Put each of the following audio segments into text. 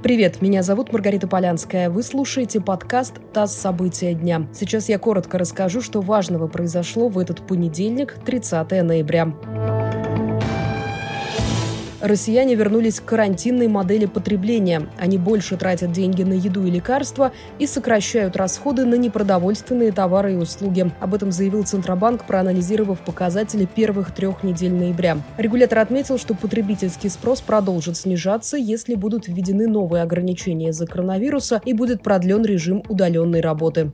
Привет, меня зовут Маргарита Полянская. Вы слушаете подкаст «ТАСС. События дня». Сейчас я коротко расскажу, что важного произошло в этот понедельник, 30 ноября. Россияне вернулись к карантинной модели потребления. Они больше тратят деньги на еду и лекарства и сокращают расходы на непродовольственные товары и услуги. Об этом заявил Центробанк, проанализировав показатели первых 3 недель ноября. Регулятор отметил, что потребительский спрос продолжит снижаться, если будут введены новые ограничения из-за коронавируса и будет продлен режим удаленной работы.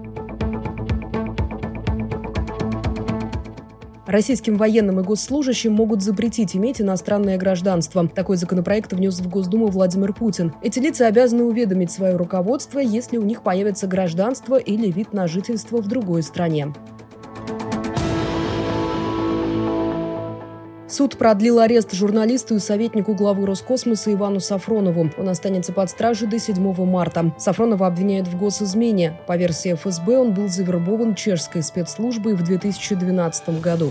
Российским военным и госслужащим могут запретить иметь иностранное гражданство. Такой законопроект внес в Госдуму Владимир Путин. Эти лица обязаны уведомить свое руководство, если у них появится гражданство или вид на жительство в другой стране. Суд продлил арест журналисту и советнику главы Роскосмоса Ивану Сафронову. Он останется под стражей до 7 марта. Сафронова обвиняют в госизмене. По версии ФСБ, он был завербован чешской спецслужбой в 2012 году.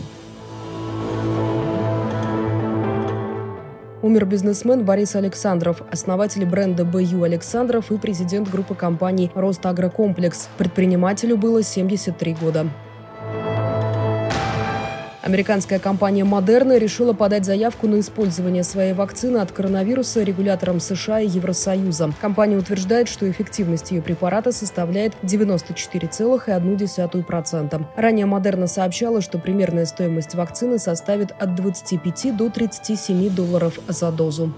Умер бизнесмен Борис Александров, основатель бренда БЮ Александров и президент группы компаний «Ростагрокомплекс». Предпринимателю было 73 года. Американская компания Moderna решила подать заявку на использование своей вакцины от коронавируса регуляторам США и Евросоюза. Компания утверждает, что эффективность ее препарата составляет 94,1%. Ранее Moderna сообщала, что примерная стоимость вакцины составит от 25 до $37 за дозу.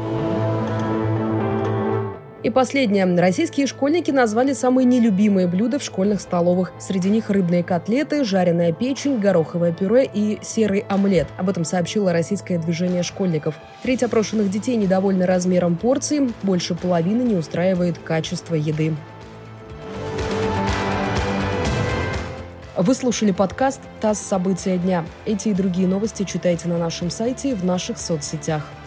И последнее. Российские школьники назвали самые нелюбимые блюда в школьных столовых. Среди них рыбные котлеты, жареная печень, гороховое пюре и серый омлет. Об этом сообщило российское движение школьников. Треть опрошенных детей недовольны размером порций, больше половины не устраивает качество еды. Вы слушали подкаст «ТАСС. События дня». Эти и другие новости читайте на нашем сайте и в наших соцсетях.